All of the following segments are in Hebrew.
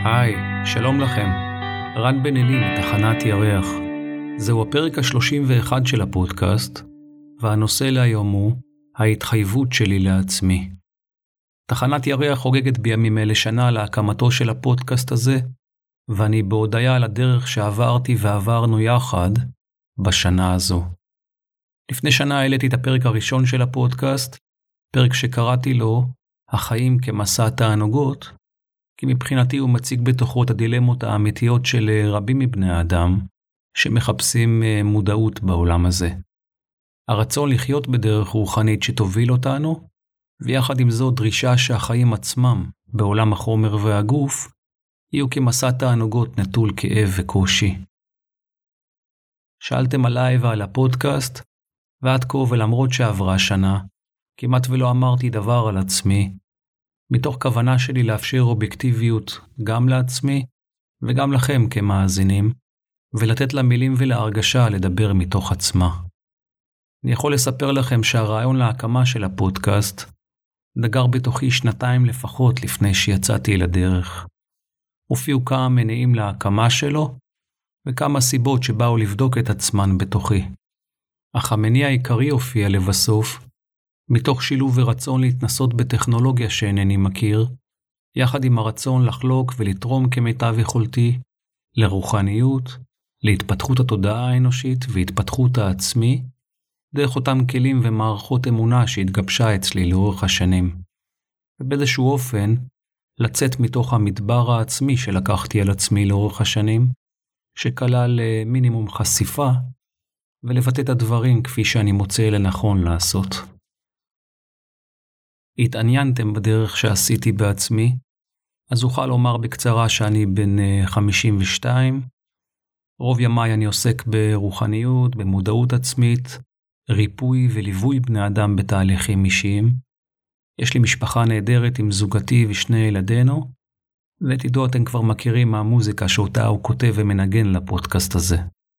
היי, שלום לכם. רן בן אלי מתחנת ירח. זהו הפרק ה-31 של הפודקאסט, והנושא להיום הוא ההתחייבות שלי לעצמי. תחנת ירח חוגגת בימים אלה שנה להקמתו של הפודקאסט הזה, ואני בהודעה על הדרך שעברתי ועברנו יחד בשנה הזו. לפני שנה העליתי את הפרק הראשון של הפודקאסט, פרק שקראתי לו החיים כמסע תענוגות, כי מבחינתי הוא מציג בתוכו את הדילמות האמיתיות של רבים מבני האדם שמחפשים מודעות בעולם הזה. הרצון לחיות בדרך רוחנית שתוביל אותנו, ויחד עם זאת דרישה שהחיים עצמם בעולם החומר והגוף יהיו כמסע תענוגות נטול כאב וקושי. שאלתם עליי ועל הפודקאסט, ועד כה ולמרות שעברה שנה, כמעט ולא אמרתי דבר על עצמי, מתוך כוונה שלי לאפשר אובייקטיביות גם לעצמי וגם לכם כמאזינים, ולתת למילים ולהרגשה לדבר מתוך עצמה. אני יכול לספר לכם שהרעיון להקמה של הפודקאסט דגר בתוכי 2 לפחות לפני שיצאתי לדרך. הופיעו כמה מניעים להקמה שלו, וכמה סיבות שבאו לבדוק את עצמן בתוכי. אך המניע העיקרי הופיע לבסוף, מתוך שילוב ורצון להתנסות בטכנולוגיה שאינני מכיר, יחד עם הרצון לחלוק ולתרום כמיטב יכולתי לרוחניות, להתפתחות התודעה האנושית והתפתחות העצמי, דרך אותם כלים ומערכות אמונה שהתגבשה אצלי לאורך השנים. ובאיזשהו אופן, לצאת מתוך המדבר העצמי שלקחתי על עצמי לאורך השנים, שכלל מינימום חשיפה, ולבטא את הדברים כפי שאני מוצא לנכון לעשות. התעניינתם בדרך שעשיתי בעצמי, אז אוכל לומר בקצרה שאני בן 52. רוב ימיי אני עוסק ברוחניות, במודעות עצמית, ריפוי וליווי בני אדם בתהליכים אישיים. יש לי משפחה נהדרת עם זוגתי ו2 ילדינו, ותדעו אתם כבר מכירים מהמוזיקה שאותה הוא כותב ומנגן לפודקאסט הזה.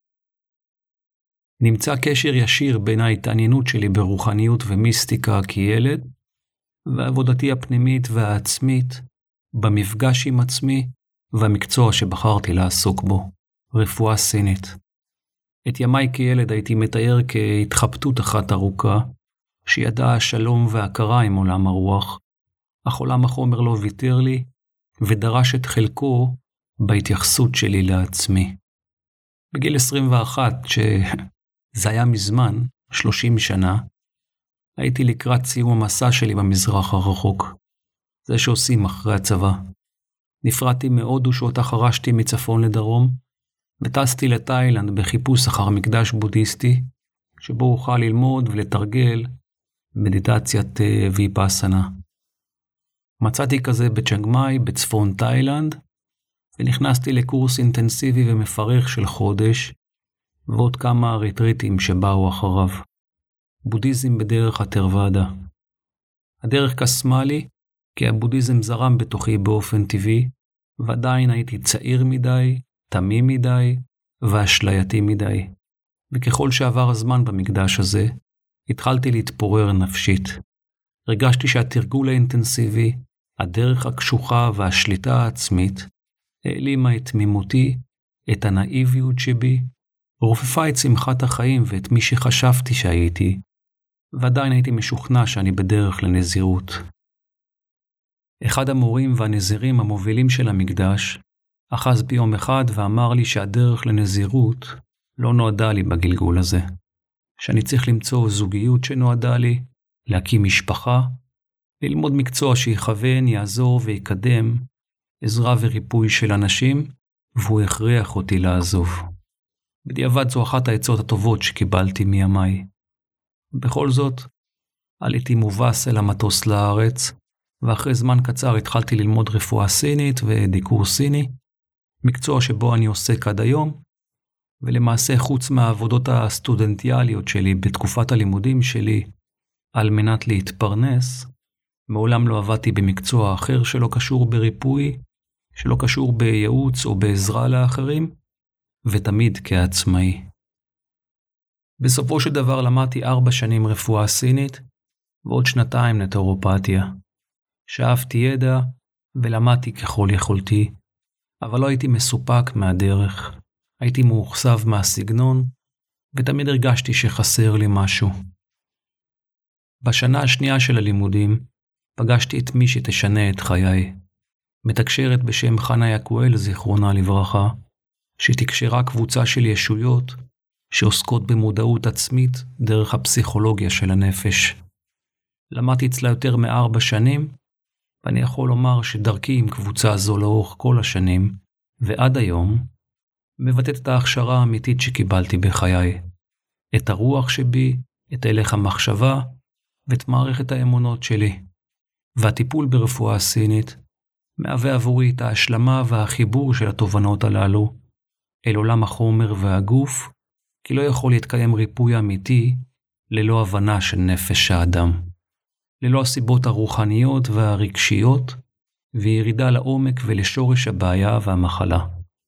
נמצא קשר ישיר בין ההתעניינות שלי ברוחניות ומיסטיקה כילד, ועבודתי הפנימית והעצמית במפגש עם עצמי והמקצוע שבחרתי לעסוק בו, רפואה סינית. את ימיי כילד הייתי מתאר כהתחבטות אחת ארוכה, שידעה שלום והכרה עם עולם הרוח, אך עולם החומר לא ויתר לי ודרש את חלקו בהתייחסות שלי לעצמי. בגיל 21, שזה היה מזמן, 30 שנה, הייתי לקראת סיום המסע שלי במזרח הרחוק. זה שעושים אחרי הצבא. נפרדתי מהודו שאותה חרשתי מצפון לדרום, וטסתי לתאילנד בחיפוש אחר מקדש בודהיסטי, שבו אוכל ללמוד ולתרגל מדיטציית ויפאסנה. מצאתי כזה בצ'אנג מאי בצפון תאילנד, ונכנסתי לקורס אינטנסיבי ומפרך של חודש, ועוד כמה ריטריטים שבאו אחריו. בודהיזם בדרך התרוואדה. הדרך קסמה לי, כי הבודהיזם זרם בתוכי באופן טבעי, ועדיין הייתי צעיר מדי, תמים מדי, ואשלייתי מדי. וככל שעבר הזמן במקדש הזה, התחלתי להתפורר נפשית. הרגשתי שהתרגול האינטנסיבי, הדרך הקשוחה והשליטה העצמית, העלימה את תמימותי, את הנאיביות שבי, רופפה את שמחת החיים ואת מי שחשבתי שהייתי, ועדיין הייתי משוכנע שאני בדרך לנזירות. אחד המורים והנזירים המובילים של המקדש, אחז בי יום אחד ואמר לי שהדרך לנזירות לא נועדה לי בגלגול הזה, שאני צריך למצוא זוגיות שנועדה לי, להקים משפחה, ללמוד מקצוע שיכוון, יעזור ויקדם עזרה וריפוי של אנשים, והוא הכריח אותי לעזוב. בדיעבד זו אחת העצות הטובות שקיבלתי מימיי. בכל זאת, עליתי מובס אל המטוס לארץ, ואחרי זמן קצר התחלתי ללמוד רפואה סינית ודיקור סיני, מקצוע שבו אני עוסק עד היום, ולמעשה חוץ מהעבודות הסטודנטיאליות שלי בתקופת הלימודים שלי, על מנת להתפרנס, מעולם לא עבדתי במקצוע אחר שלא קשור בריפוי, שלא קשור בייעוץ או בעזרה לאחרים, ותמיד כעצמאי. בסופו של דבר למדתי 4 שנים רפואה סינית, ועוד 2 נטורופתיה. שאפתי ידע ולמדתי ככל יכולתי, אבל לא הייתי מסופק מהדרך. הייתי מאוכזב מהסגנון, ותמיד הרגשתי שחסר לי משהו. בשנה השנייה של הלימודים, פגשתי את מי שתשנה את חיי. מתקשרת בשם חנה יקואל, זיכרונה לברכה, שתקשרה קבוצה של ישויות שעוסקות במודעות עצמית דרך הפסיכולוגיה של הנפש. למדתי אצלה יותר מ4 שנים, ואני יכול לומר שדרכי עם קבוצה זו לאורך כל השנים, ועד היום, מבטאת את ההכשרה האמיתית שקיבלתי בחיי. את הרוח שבי, את הלך המחשבה, ואת מערכת האמונות שלי. והטיפול ברפואה הסינית מהווה עבורי את ההשלמה והחיבור של התובנות הללו אל עולם החומר והגוף, כי לא יכול להתקיים ריפוי אמיתי ללא הבנה של נפש האדם. ללא הסיבות הרוחניות והרגשיות, וירידה לעומק ולשורש הבעיה והמחלה.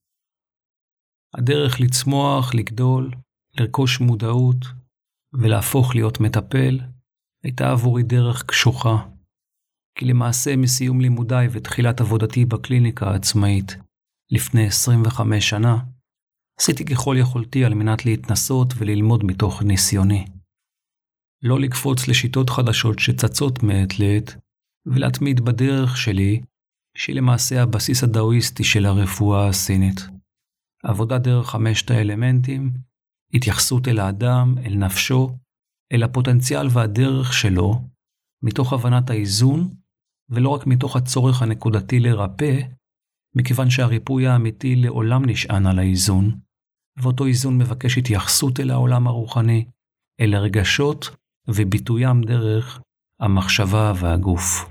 הדרך לצמוח, לגדול, לרכוש מודעות ולהפוך להיות מטפל, הייתה עבורי דרך קשוחה. כי למעשה מסיום לימודיי ותחילת עבודתי בקליניקה העצמאית לפני 25 שנה, עשיתי ככל יכולתי על מנת להתנסות וללמוד מתוך ניסיוני. לא לקפוץ לשיטות חדשות שצצות מעת לעת, ולהתמיד בדרך שלי, שהיא למעשה הבסיס הדאואיסטי של הרפואה הסינית. עבודה דרך 5 האלמנטים, התייחסות אל האדם, אל נפשו, אל הפוטנציאל והדרך שלו, מתוך הבנת האיזון, ולא רק מתוך הצורך הנקודתי לרפא, מכיוון שהריפוי האמיתי לעולם נשען על האיזון, ואותו איזון מבקש התייחסות אל העולם הרוחני, אל הרגשות וביטוים דרך המחשבה והגוף.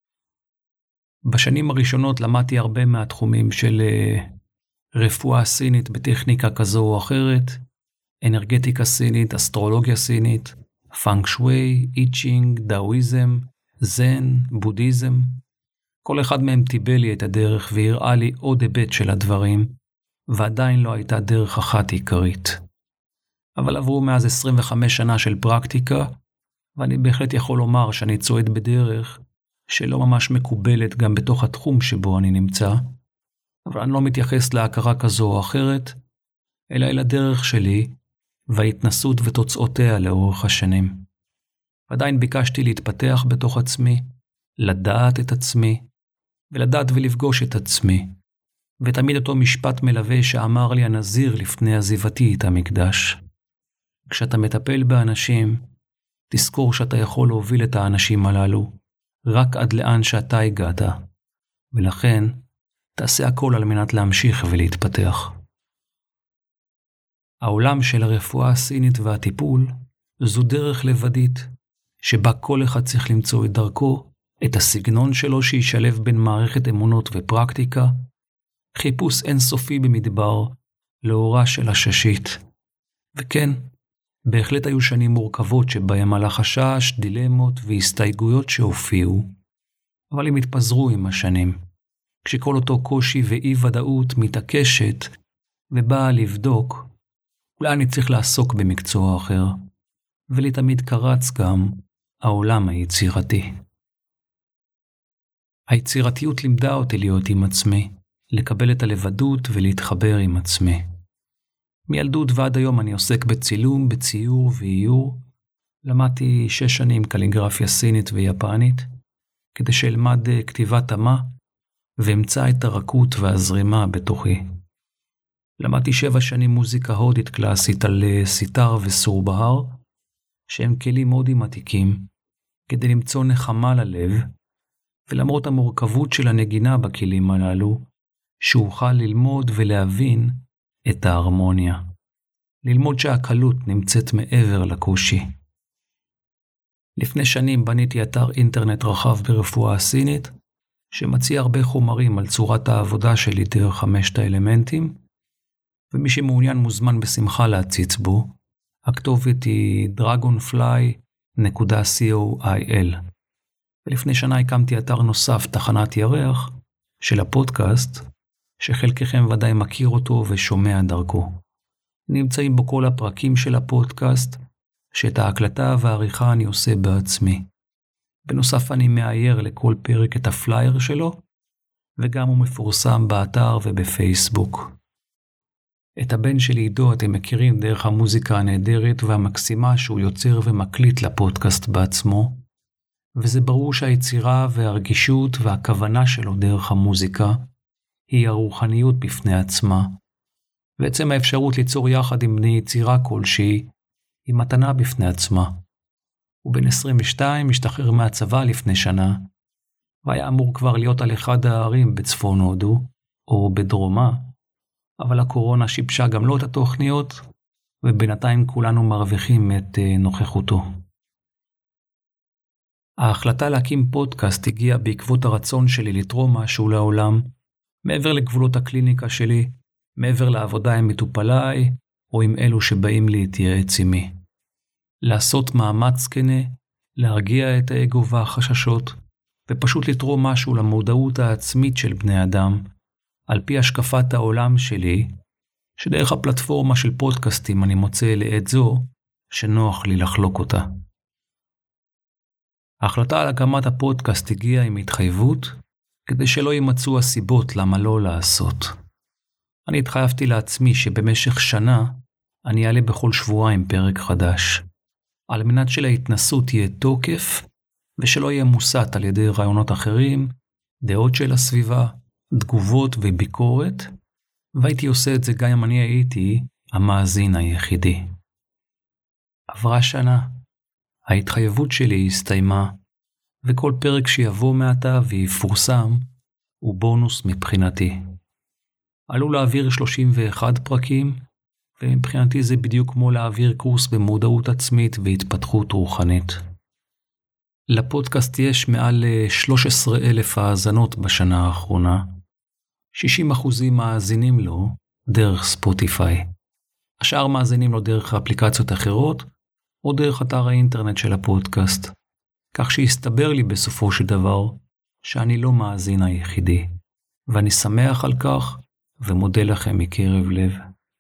בשנים הראשונות למדתי הרבה מהתחומים של רפואה סינית בטכניקה כזו או אחרת, אנרגטיקה סינית, אסטרולוגיה סינית, פאנג שווי, איצ'ינג, דאואיזם, זן, בודהיזם. כל אחד מהם טיבל לי את הדרך והראה לי עוד היבט של הדברים, ועדיין לא הייתה דרך אחת עיקרית. אבל עברו מאז 25 שנה של פרקטיקה, ואני בהחלט יכול לומר שאני צועד בדרך שלא ממש מקובלת גם בתוך התחום שבו אני נמצא, אבל אני לא מתייחס להכרה כזו או אחרת, אלא אל הדרך שלי וההתנסות ותוצאותיה לאורך השנים. עדיין ביקשתי להתפתח בתוך עצמי, לדעת את עצמי, ולדעת ולפגוש את עצמי, ותמיד אותו משפט מלווה שאמר לי הנזיר לפני עזיבתי את המקדש. כשאתה מטפל באנשים, תזכור שאתה יכול להוביל את האנשים הללו, רק עד לאן שאתה הגעת, ולכן תעשה הכל על מנת להמשיך ולהתפתח. העולם של הרפואה הסינית והטיפול זו דרך לבדית, שבה כל אחד צריך למצוא את דרכו, את הסגנון שלו שישלב בין מערכת אמונות ופרקטיקה, חיפוש אינסופי במדבר לאורה של הששית. וכן, בהחלט היו שנים מורכבות שבהם עלה חשש, דילמות והסתייגויות שהופיעו, אבל הם התפזרו עם השנים, כשכל אותו קושי ואי ודאות מתעקשת ובאה לבדוק, אולי אני צריך לעסוק במקצוע אחר, ולי תמיד קרץ גם העולם היצירתי. היצירתיות לימדה אותי להיות עם עצמי, לקבל את הלבדות ולהתחבר עם עצמי. מילדות ועד היום אני עוסק בצילום, בציור ואיור. למדתי 6 שנים קליגרפיה סינית ויפנית, כדי שאלמד כתיבת אמה, ואמצא את הרכות והזרימה בתוכי. למדתי 7 שנים מוזיקה הודית קלאסית על סיטר וסור בהר, שהם כלים הודים עתיקים, כדי למצוא נחמה ללב, ולמרות המורכבות של הנגינה בכלים הללו, שאוכל ללמוד ולהבין את ההרמוניה. ללמוד שהקלות נמצאת מעבר לקושי. לפני שנים בניתי אתר אינטרנט רחב ברפואה הסינית, שמציע הרבה חומרים על צורת העבודה שלי דרך 5 האלמנטים, ומי שמעוניין מוזמן בשמחה להציץ בו. הכתובת היא dragonfly.co.il. ולפני שנה הקמתי אתר נוסף, תחנת ירח, של הפודקאסט, שחלקכם ודאי מכיר אותו ושומע דרכו. נמצאים בו כל הפרקים של הפודקאסט, שאת ההקלטה והעריכה אני עושה בעצמי. בנוסף אני מאייר לכל פרק את הפלייר שלו, וגם הוא מפורסם באתר ובפייסבוק. את הבן שלי עידו אתם מכירים דרך המוזיקה הנהדרת והמקסימה שהוא יוצר ומקליט לפודקאסט בעצמו, וזה ברור שהיצירה והרגישות והכוונה שלו דרך המוזיקה היא הרוחניות בפני עצמה, ועצם האפשרות ליצור יחד עם בני יצירה כלשהי היא מתנה בפני עצמה. הוא בן 22, השתחרר מהצבא לפני שנה, והיה אמור כבר להיות על אחד הערים בצפון הודו, או בדרומה, אבל הקורונה שיבשה גם לו את התוכניות, ובינתיים כולנו מרוויחים את נוכחותו. ההחלטה להקים פודקאסט הגיעה בעקבות הרצון שלי לתרום משהו לעולם, מעבר לגבולות הקליניקה שלי, מעבר לעבודה עם מטופליי, או עם אלו שבאים להתייעץ עימי. לעשות מאמץ כנה, להרגיע את האגו והחששות, ופשוט לתרום משהו למודעות העצמית של בני אדם, על פי השקפת העולם שלי, שדרך הפלטפורמה של פודקאסטים אני מוצא לעת זו, שנוח לי לחלוק אותה. ההחלטה על הקמת הפודקאסט הגיעה עם התחייבות, כדי שלא יימצאו הסיבות למה לא לעשות. אני התחייבתי לעצמי שבמשך שנה אני אעלה בכל שבועיים פרק חדש, על מנת שלהתנסות יהיה תוקף, ושלא יהיה מוסת על ידי רעיונות אחרים, דעות של הסביבה, תגובות וביקורת, והייתי עושה את זה גם אם אני הייתי המאזין היחידי. עברה שנה, ההתחייבות שלי הסתיימה, וכל פרק שיבוא מעתה ויפורסם הוא בונוס מבחינתי. עלו להעביר 31 פרקים, ומבחינתי זה בדיוק כמו להעביר קורס במודעות עצמית והתפתחות רוחנית. לפודקאסט יש מעל 13,000 האזנות בשנה האחרונה, 60% מאזינים לו דרך ספוטיפיי. השאר מאזינים לו דרך אפליקציות אחרות, או דרך אתר האינטרנט של הפודקאסט, כך שהסתבר לי בסופו של דבר שאני לא מאזין היחידי, ואני שמח על כך ומודה לכם מקרב לב.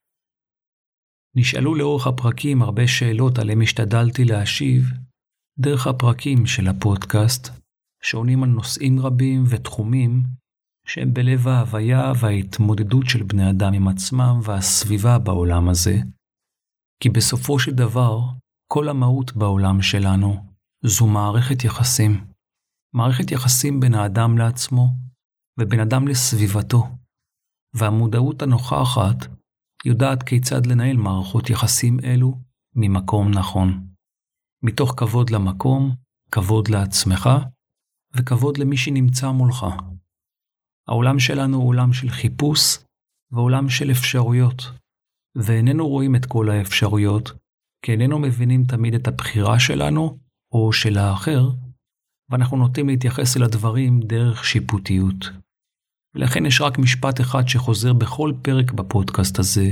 נשאלו לאורך הפרקים הרבה שאלות עליהם השתדלתי להשיב דרך הפרקים של הפודקאסט, שעונים על נושאים רבים ותחומים שהם בלב ההוויה וההתמודדות של בני אדם עם עצמם והסביבה בעולם הזה, כי בסופו של דבר כל המהות בעולם שלנו זו מערכת יחסים. מערכת יחסים בין האדם לעצמו ובין אדם לסביבתו, והמודעות הנוכחת יודעת כיצד לנהל מערכות יחסים אלו ממקום נכון. מתוך כבוד למקום, כבוד לעצמך, וכבוד למי שנמצא מולך. העולם שלנו הוא עולם של חיפוש, ועולם של אפשרויות, ואיננו רואים את כל האפשרויות, כי איננו מבינים תמיד את הבחירה שלנו, או של האחר, ואנחנו נוטים להתייחס אל הדברים דרך שיפוטיות. ולכן יש רק משפט אחד שחוזר בכל פרק בפודקאסט הזה,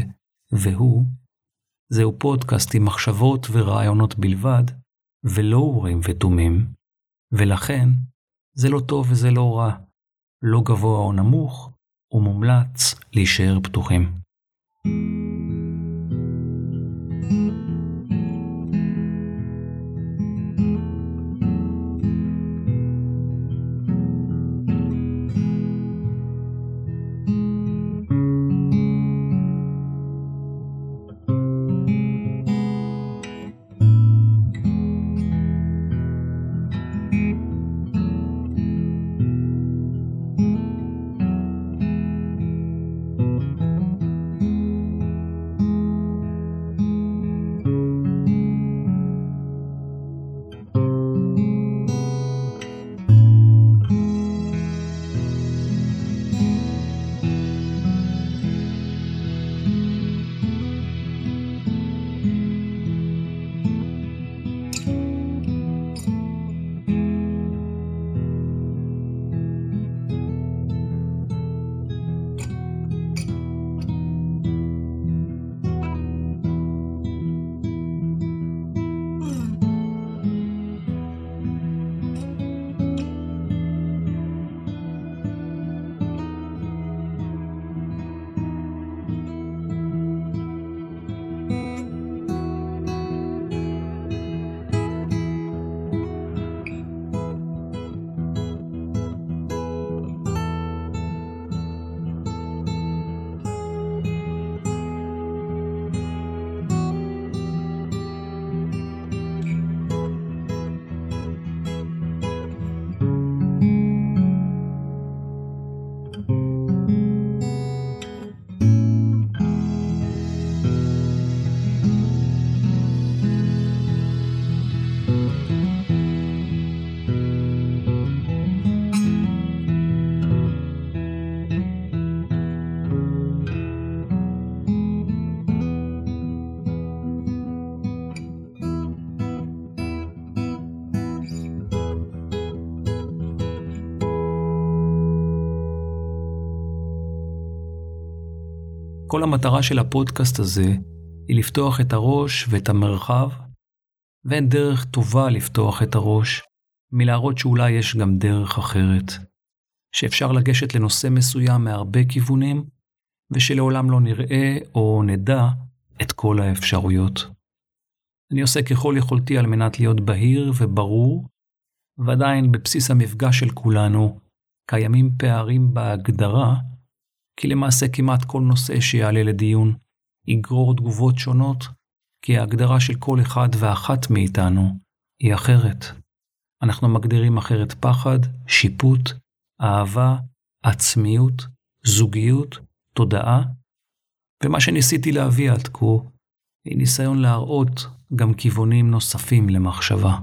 זהו פודקאסט עם מחשבות ורעיונות בלבד, ולא אורים ותומים, ולכן זה לא טוב וזה לא רע, לא גבוה או נמוך, ומומלץ להישאר פתוחים. כל המטרה של הפודקאסט הזה היא לפתוח את הראש ואת המרחב, ואין דרך טובה לפתוח את הראש מלהראות שאולי יש גם דרך אחרת, שאפשר לגשת לנושא מסוים מהרבה כיוונים, ושלעולם לא נראה או נדע את כל האפשרויות. אני עושה ככל יכולתי על מנת להיות בהיר וברור, ועדיין בבסיס המפגש של כולנו קיימים פערים בהגדרה, כי למעשה כמעט כל נושא שיעלה לדיון יגרור תגובות שונות, כי ההגדרה של כל אחד ואחת מאיתנו היא אחרת. אנחנו מגדירים אחרת פחד, שיפוט, אהבה, עצמיות, זוגיות, תודעה, ומה שניסיתי להביא עד כה היא ניסיון להראות גם כיוונים נוספים למחשבה.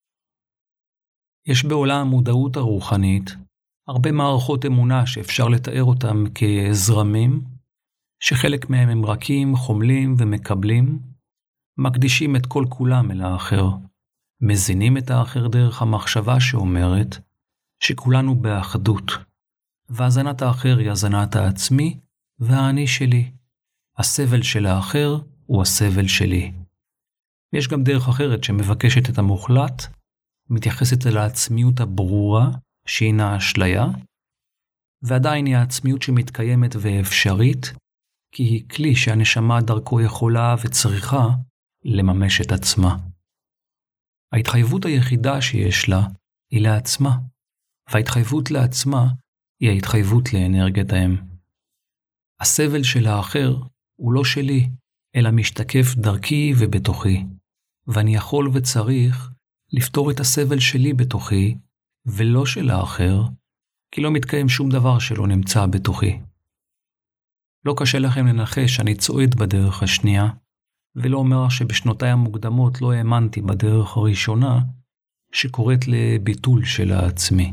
יש בעולם המודעות הרוחנית הרבה מערכות אמונה שאפשר לתאר אותם כזרמים, שחלק מהם הם רכים, חומלים ומקבלים, מקדישים את כל כולם אל האחר, מזינים את האחר דרך המחשבה שאומרת שכולנו באחדות, והזנת האחר היא הזנת העצמי והאני שלי. הסבל של האחר הוא הסבל שלי. יש גם דרך אחרת שמבקשת את המוחלט, מתייחסת אל העצמיות הברורה, שהינה אשליה, ועדיין היא העצמיות שמתקיימת ואפשרית, כי היא כלי שהנשמה דרכו יכולה וצריכה לממש את עצמה. ההתחייבות היחידה שיש לה היא לעצמה, וההתחייבות לעצמה היא ההתחייבות לאנרגיית האם. הסבל של האחר הוא לא שלי, אלא משתקף דרכי ובתוכי, ואני יכול וצריך לפתור את הסבל שלי בתוכי, ולא של האחר, כי לא מתקיים שום דבר שלא נמצא בתוכי. לא קשה לכם לנחש שאני צועד בדרך השנייה, ולא אומר שבשנותיי המוקדמות לא האמנתי בדרך הראשונה, שקוראת לביטול של העצמי.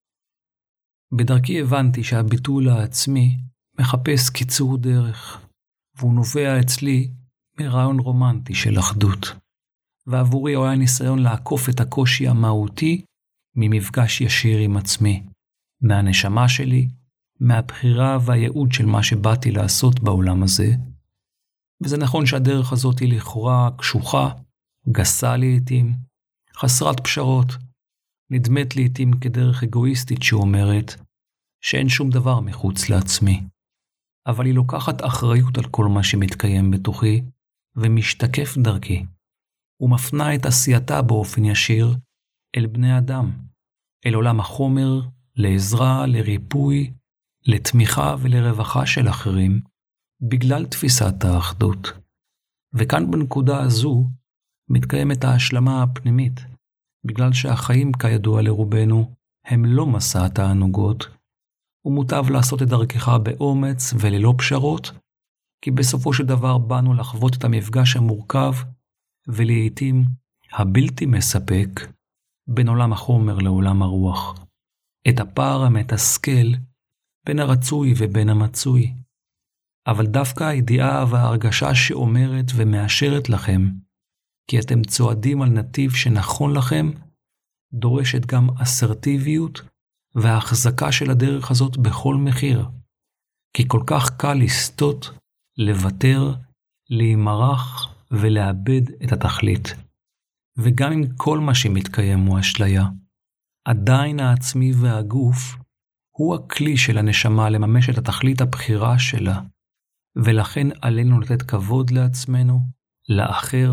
בדרכי הבנתי שהביטול העצמי מחפש קיצור דרך, והוא נובע אצלי מרעיון רומנטי של אחדות. ועבורי הוא היה ניסיון לעקוף את הקושי המהותי ממפגש ישיר עם עצמי, מהנשמה שלי, מהבחירה והייעוד של מה שבאתי לעשות בעולם הזה. וזה נכון שהדרך הזאת היא לכאורה קשוחה, גסה לעתים, חסרת פשרות, נדמת לעתים כדרך אגואיסטית שאומרת שאין שום דבר מחוץ לעצמי. אבל היא לוקחת אחריות על כל מה שמתקיים בתוכי ומשתקף דרכי, ומפנה את עשייתה באופן ישיר אל בני אדם, אל עולם החומר, לעזרה, לריפוי, לתמיכה ולרווחה של אחרים, בגלל תפיסת האחדות. וכאן בנקודה הזו מתקיימת ההשלמה הפנימית, בגלל שהחיים כידוע לרובנו הם לא מסע תענוגות, ומוטב לעשות את דרכך באומץ וללא פשרות, כי בסופו של דבר באנו לחוות את המפגש המורכב, ולעיתים הבלתי מספק, בין עולם החומר לעולם הרוח. את הפער המתסכל בין הרצוי ובין המצוי. אבל דווקא הידיעה וההרגשה שאומרת ומאשרת לכם, כי אתם צועדים על נתיב שנכון לכם, דורשת גם אסרטיביות וההחזקה של הדרך הזאת בכל מחיר. כי כל כך קל לסטות, לוותר, להימרח ולאבד את התכלית. וגם אם כל מה שמתקיים הוא אשליה, עדיין העצמי והגוף הוא הכלי של הנשמה לממש את התכלית הבחירה שלה, ולכן עלינו לתת כבוד לעצמנו, לאחר,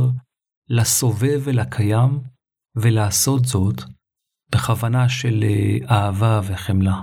לסובב ולקיים, ולעשות זאת בכוונה של אהבה וחמלה.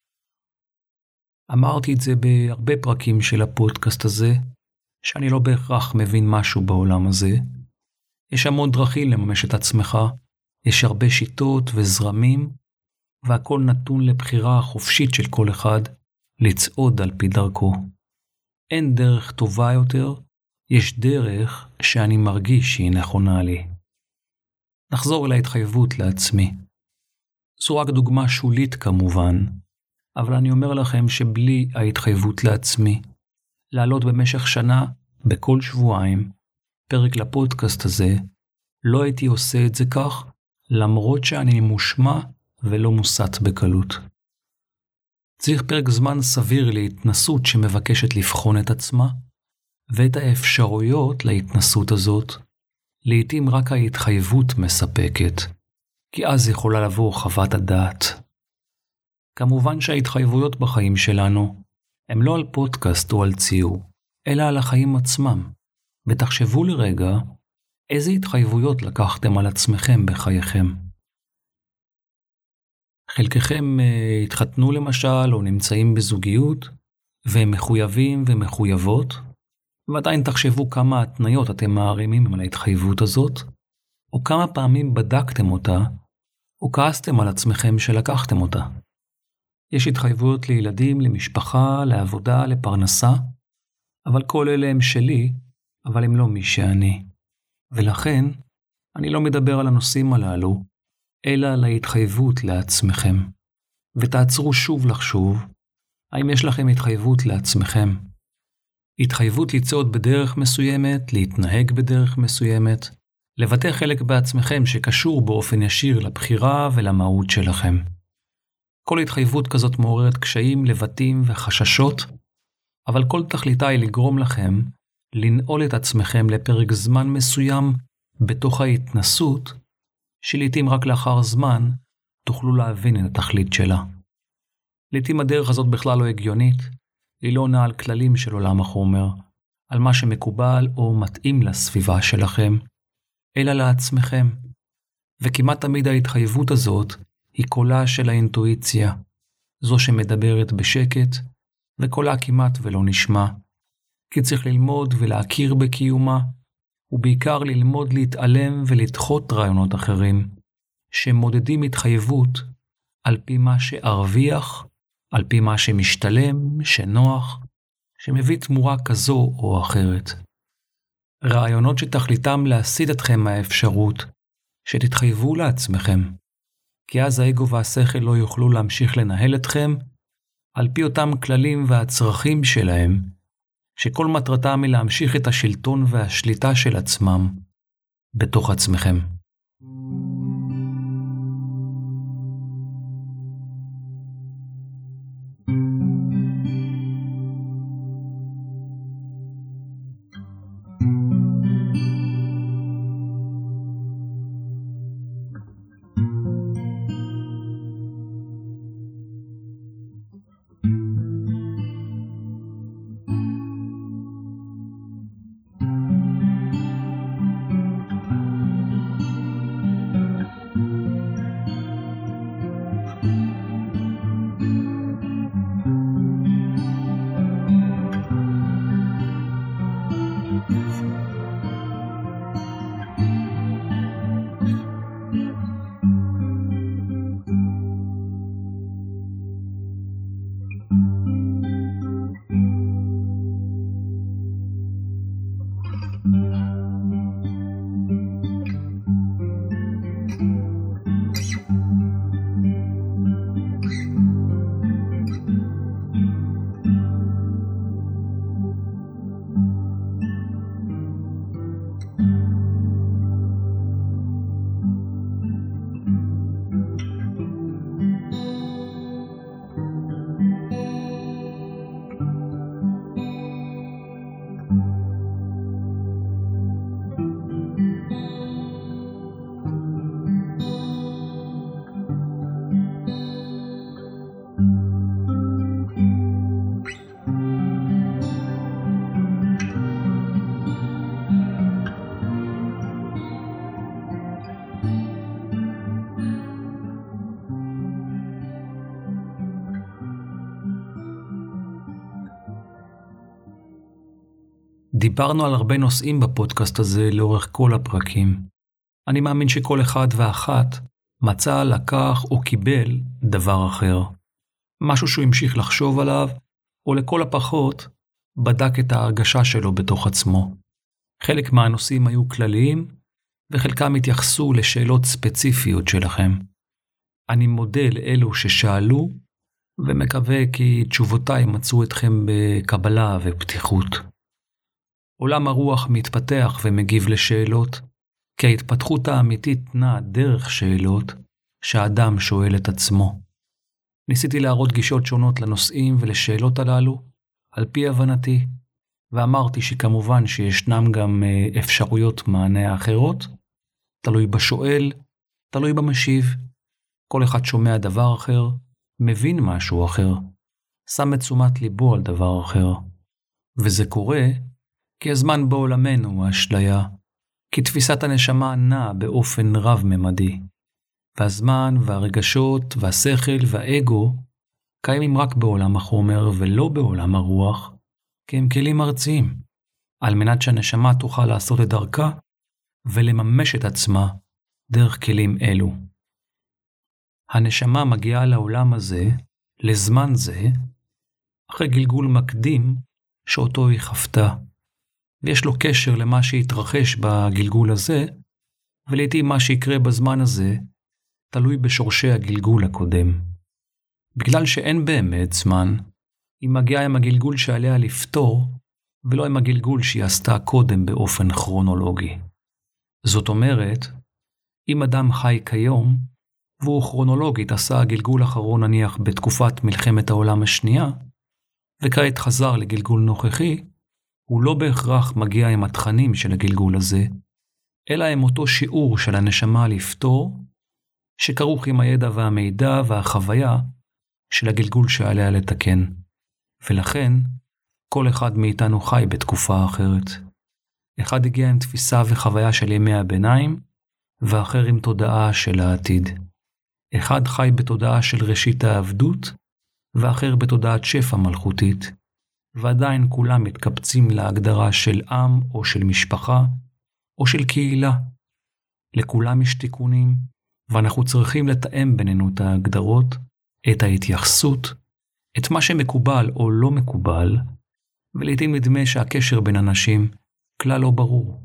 אמרתי את זה בהרבה פרקים של הפודקאסט הזה, שאני לא בהכרח מבין משהו בעולם הזה. יש המון דרכים לממש את עצמך, יש הרבה שיטות וזרמים, והכל נתון לבחירה החופשית של כל אחד לצעוד על פי דרכו. אין דרך טובה יותר, יש דרך שאני מרגיש שהיא נכונה לי. נחזור אל ההתחייבות לעצמי. זו רק דוגמה שולית כמובן, אבל אני אומר לכם שבלי ההתחייבות לעצמי, לעלות במשך שנה, בכל שבועיים, פרק לפודקאסט הזה, לא הייתי עושה את זה כך, למרות שאני מושמע ולא מוסת בקלות. צריך פרק זמן סביר להתנסות שמבקשת לבחון את עצמה, ואת האפשרויות להתנסות הזאת, לעתים רק ההתחייבות מספקת, כי אז יכולה לבוא חוות הדעת. כמובן שההתחייבויות בחיים שלנו הם לא על פודקאסט או על ציור, אלא על החיים עצמם. ותחשבו לרגע איזה התחייבויות לקחתם על עצמכם בחייכם. חלקכם התחתנו למשל או נמצאים בזוגיות, והם מחויבים ומחויבות, ועדיין תחשבו כמה התניות אתם מערימים על ההתחייבות הזאת, או כמה פעמים בדקתם אותה, או כעסתם על עצמכם שלקחתם אותה. יש התחייבויות לילדים, למשפחה, לעבודה, לפרנסה, אבל כל אלה הם שלי, אבל הם לא מי שאני. ולכן, אני לא מדבר על הנושאים הללו, אלא על ההתחייבות לעצמכם. ותעצרו שוב לחשוב, האם יש לכם התחייבות לעצמכם? התחייבות לצעוד בדרך מסוימת, להתנהג בדרך מסוימת, לבטא חלק בעצמכם שקשור באופן ישיר לבחירה ולמהות שלכם. כל התחייבות כזאת מעוררת קשיים, לבטים וחששות, אבל כל תכליתה היא לגרום לכם לנעול את עצמכם לפרק זמן מסוים בתוך ההתנסות, שלעיתים רק לאחר זמן תוכלו להבין את התכלית שלה. לעיתים הדרך הזאת בכלל לא הגיונית, היא לא עונה על כללים של עולם החומר, על מה שמקובל או מתאים לסביבה שלכם, אלא לעצמכם. וכמעט תמיד ההתחייבות הזאת היא קולה של האינטואיציה, זו שמדברת בשקט, וקולה כמעט ולא נשמע, כי צריך ללמוד ולהכיר בקיומה, ובעיקר ללמוד להתעלם ולדחות רעיונות אחרים, שמודדים התחייבות על פי מה שארוויח, על פי מה שמשתלם, שנוח, שמביא תמורה כזו או אחרת. רעיונות שתכליתם להסיט אתכם מהאפשרות, שתתחייבו לעצמכם, כי אז האגו והשכל לא יוכלו להמשיך לנהל אתכם, על פי אותם כללים והצרכים שלהם, שכל מטרתם היא להמשיך את השלטון והשליטה של עצמם בתוך עצמכם. דיברנו על הרבה נושאים בפודקאסט הזה לאורך כל הפרקים. אני מאמין שכל אחד ואחת מצא, לקח או קיבל דבר אחר. משהו שהוא המשיך לחשוב עליו, או לכל הפחות בדק את ההרגשה שלו בתוך עצמו. חלק מהנושאים היו כלליים, וחלקם התייחסו לשאלות ספציפיות שלכם. אני מודה לאלו ששאלו, ומקווה כי תשובותיי מצאו אתכם בקבלה ופתיחות. עולם הרוח מתפתח ומגיב לשאלות, כי ההתפתחות האמיתית נעה דרך שאלות שהאדם שואל את עצמו. ניסיתי להראות גישות שונות לנושאים ולשאלות הללו, על פי הבנתי, ואמרתי שכמובן שישנם גם אפשרויות מענה אחרות, תלוי בשואל, תלוי במשיב. כל אחד שומע דבר אחר, מבין משהו אחר, שם את תשומת ליבו על דבר אחר. וזה קורה כי הזמן בעולמנו הוא אשליה, כי תפיסת הנשמה נעה באופן רב-ממדי, והזמן והרגשות והשכל והאגו קיימים רק בעולם החומר ולא בעולם הרוח, כי הם כלים ארציים, על מנת שהנשמה תוכל לעשות את דרכה ולממש את עצמה דרך כלים אלו. הנשמה מגיעה לעולם הזה, לזמן זה, אחרי גלגול מקדים שאותו היא חפתה, ויש לו קשר למה שהתרחש בגלגול הזה, ולעתים מה שיקרה בזמן הזה תלוי בשורשי הגלגול הקודם. בגלל שאין באמת זמן, היא מגיעה עם הגלגול שעליה לפתור, ולא עם הגלגול שהיא עשתה קודם באופן כרונולוגי. זאת אומרת, אם אדם חי כיום, והוא כרונולוגית עשה גלגול אחרון נניח בתקופת מלחמת העולם השנייה, וכעת חזר לגלגול נוכחי, הוא לא בהכרח מגיע עם התכנים של הגלגול הזה, אלא עם אותו שיעור של הנשמה לפתור, שכרוך עם הידע והמידע והחוויה של הגלגול שעליה לתקן. ולכן, כל אחד מאיתנו חי בתקופה אחרת. אחד הגיע עם תפיסה וחוויה של ימי הביניים, ואחר עם תודעה של העתיד. אחד חי בתודעה של ראשית העבדות, ואחר בתודעת שפע מלכותית, ועדיין כולם מתקבצים להגדרה של עם או של משפחה, או של קהילה. לכולם יש תיקונים, ואנחנו צריכים לתאם בינינו את ההגדרות, את ההתייחסות, את מה שמקובל או לא מקובל, ולעתים נדמה שהקשר בין אנשים כלל לא ברור.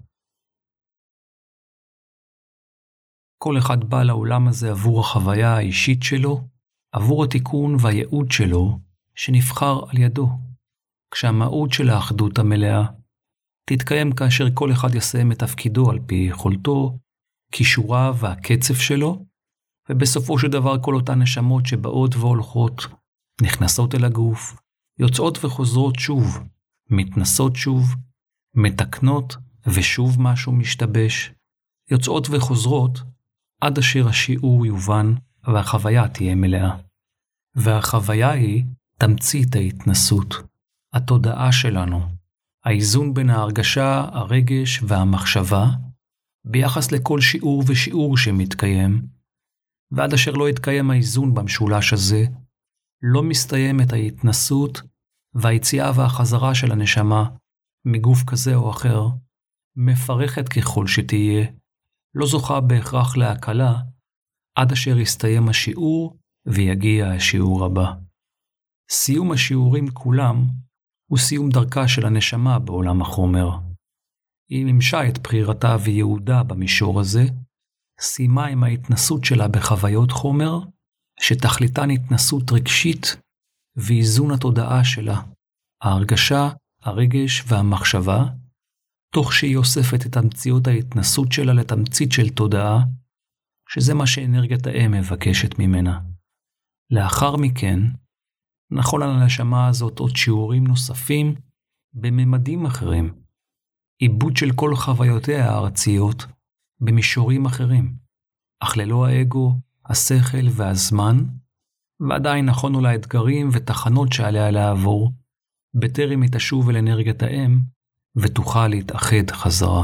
כל אחד בא לעולם הזה עבור החוויה האישית שלו, עבור התיקון והייעוד שלו שנבחר על ידו, כשהמהות של האחדות המלאה תתקיים כאשר כל אחד יסיים את תפקידו על פי יכולתו, כישוריו והקצב שלו, ובסופו של דבר כל אותן נשמות שבאות והולכות, נכנסות אל הגוף, יוצאות וחוזרות שוב, מתנסות שוב, מתקנות ושוב משהו משתבש, יוצאות וחוזרות עד אשר השיעור יובן והחוויה תהיה מלאה. והחוויה היא תמצית ההתנסות, התודעה שלנו, האיזון בין ההרגשה, הרגש והמחשבה, ביחס לכל שיעור ושיעור שמתקיים, ועד אשר לא יתקיים האיזון במשולש הזה, לא מסתיימת ההתנסות והיציאה והחזרה של הנשמה מגוף כזה או אחר, מפרכת ככל שתהיה, לא זוכה בהכרח להקלה, עד אשר יסתיים השיעור ויגיע השיעור הבא. סיום השיעורים כולם הוא סיום דרכה של הנשמה בעולם החומר. היא מימשה את בחירתה ויהודה במישור הזה, סיימה עם ההתנסות שלה בחוויות חומר, שתכליתן התנסות רגשית ואיזון התודעה שלה, ההרגשה, הרגש והמחשבה, תוך שהיא אוספת את תמציות ההתנסות שלה לתמצית של תודעה, שזה מה שאנרגיית האם מבקשת ממנה. לאחר מכן, נכון על הנשמה הזאת עוד שיעורים נוספים בממדים אחרים, עיבוד של כל חוויותיה הארציות במישורים אחרים, אך ללא האגו, השכל והזמן, ועדיין נכונו לאתגרים ותחנות שעליה לעבור, בטרם היא תשוב אל אנרגיית האם ותוכל להתאחד חזרה.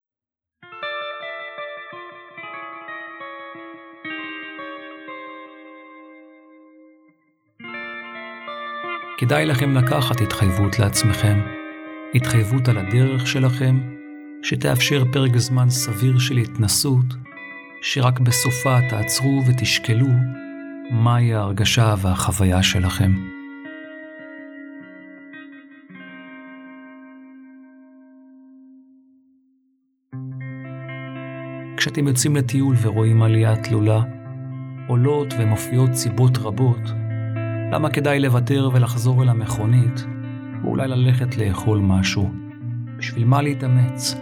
כדאי לכם לקחת התחייבות לעצמכם, התחייבות על הדרך שלכם, שתאפשר פרק זמן סביר של התנסות, שרק בסופה תעצרו ותשקלו מהי ההרגשה והחוויה שלכם. כשאתם יוצאים לטיול ורואים עלייה תלולה, עולות ומופיעות סיבות רבות, למה כדאי לוותר ולחזור אל המכונית, ואולי ללכת לאכול משהו? בשביל מה להתאמץ?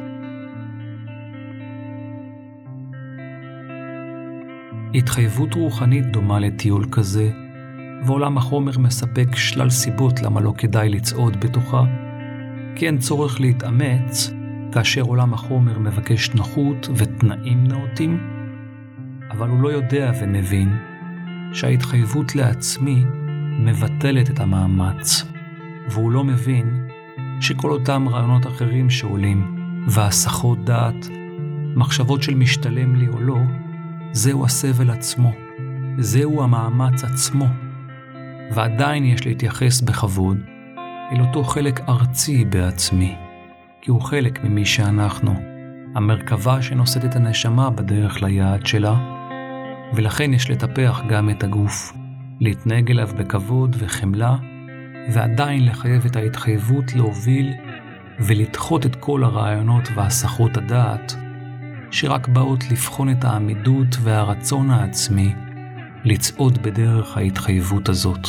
התחייבות רוחנית דומה לטיול כזה, ועולם החומר מספק שלל סיבות למה לא כדאי לצעוד בתוכה, כי אין צורך להתאמץ כאשר עולם החומר מבקש נוחות ותנאים נאותים, אבל הוא לא יודע ומבין שההתחייבות לעצמי מבטלת את המאמץ, והוא לא מבין שכל אותם רעיונות אחרים שעולים, והסחות דעת, מחשבות של משתלם לי או לא, זהו הסבל עצמו, זהו המאמץ עצמו, ועדיין יש להתייחס בכבוד אל אותו חלק ארצי בעצמי, כי הוא חלק ממי שאנחנו, המרכבה שנושאת את הנשמה בדרך ליעד שלה, ולכן יש לטפח גם את הגוף, להתנהג אליו בכבוד וחמלה, ועדיין לחייב את ההתחייבות להוביל ולדחות את כל הרעיונות והסחות הדעת, שרק באות לבחון את העמידות והרצון העצמי לצעוד בדרך ההתחייבות הזאת.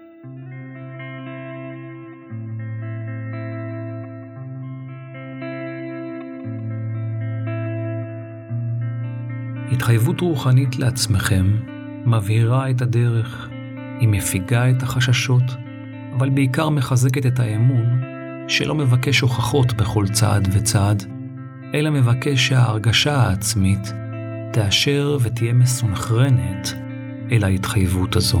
התחייבות רוחנית לעצמכם מבהירה את הדרך, היא מפיגה את החששות, אבל בעיקר מחזקת את האמון שלא מבקש הוכחות בכל צעד וצעד, אלא מבקש שההרגשה העצמית תאשר ותהיה מסונכרנת אל ההתחייבות הזו.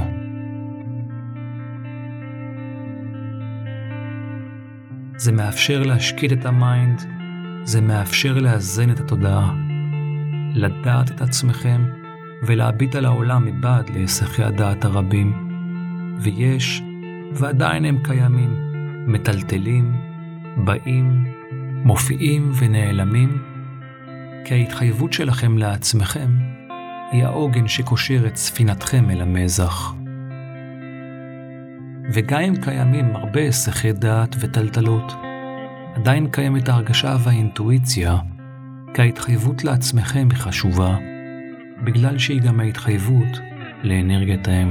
זה מאפשר להשקיט את המיינד, זה מאפשר לאזן את התודעה, לדעת את עצמכם ולהביט על העולם מבעד להיסחי הדעת הרבים, ויש ועדיין הם קיימים, מטלטלים, באים, מופיעים ונעלמים, כי ההתחייבות שלכם לעצמכם היא העוגן שקושר את ספינתכם אל המזח. וגם אם קיימים הרבה היסחי דעת וטלטלות, עדיין קיימת ההרגשה והאינטואיציה, כי ההתחייבות לעצמכם היא חשובה, בגלל שהיא גם ההתחייבות לאנרגיית האם.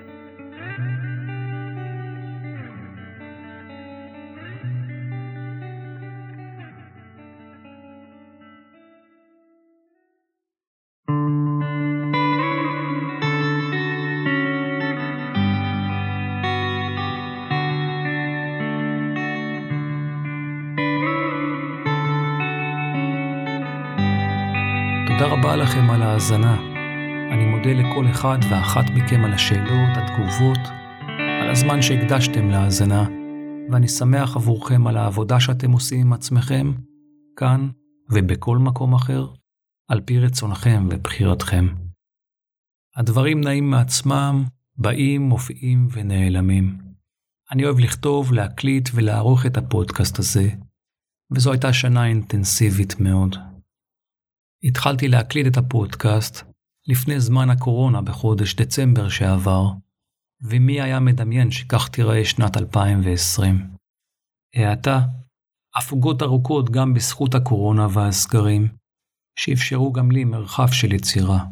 תודה רבה לכם על ההאזנה. אני מודה לכל אחד ואחת מכם על השאלות, התגובות, על הזמן שהקדשתם להאזנה, ואני שמח עבורכם על העבודה שאתם עושים עם עצמכם, כאן ובכל מקום אחר, על פי רצונכם ובחירתכם. הדברים נעים מעצמם, באים, מופיעים ונעלמים. אני אוהב לכתוב, להקליט ולערוך את הפודקאסט הזה, וזו הייתה שנה אינטנסיבית מאוד. התחלתי להקליט את הפודקאסט לפני זמן הקורונה בחודש דצמבר שעבר, ומי היה מדמיין שכך תיראה שנת 2020. העתה, הפוגות ארוכות גם בזכות הקורונה והסגרים, שאפשרו גם לי מרחב של יצירה.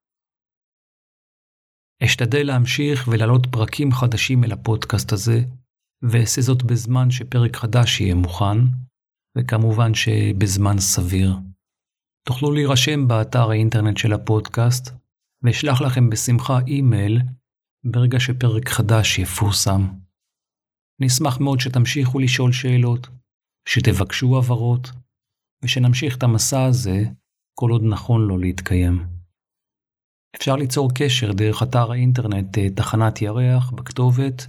אשתדל להמשיך ולהעלות פרקים חדשים אל הפודקאסט הזה, ואעשה זאת בזמן שפרק חדש יהיה מוכן, וכמובן שבזמן סביר. תוכלו להירשם באתר האינטרנט של הפודקאסט, ואשלח לכם בשמחה אימייל ברגע שפרק חדש יפורסם. נשמח מאוד שתמשיכו לשאול שאלות, שתבקשו הבהרות, ושנמשיך את המסע הזה כל עוד נכון לו להתקיים. אפשר ליצור קשר דרך אתר האינטרנט תחנת ירח בכתובת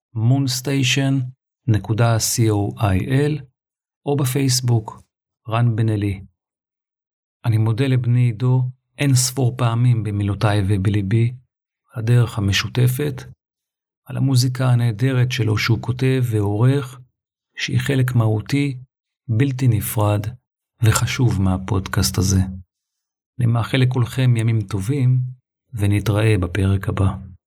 moonstation.coil או בפייסבוק רן בן אלי. אני מודה לבני עידו אין ספור פעמים במילותיי ובליבי על הדרך המשותפת, על המוזיקה הנהדרת שלו שהוא כותב ועורך, שהיא חלק מהותי, בלתי נפרד וחשוב מהפודקאסט הזה. אני מאחל לכולכם ימים טובים ונתראה בפרק הבא.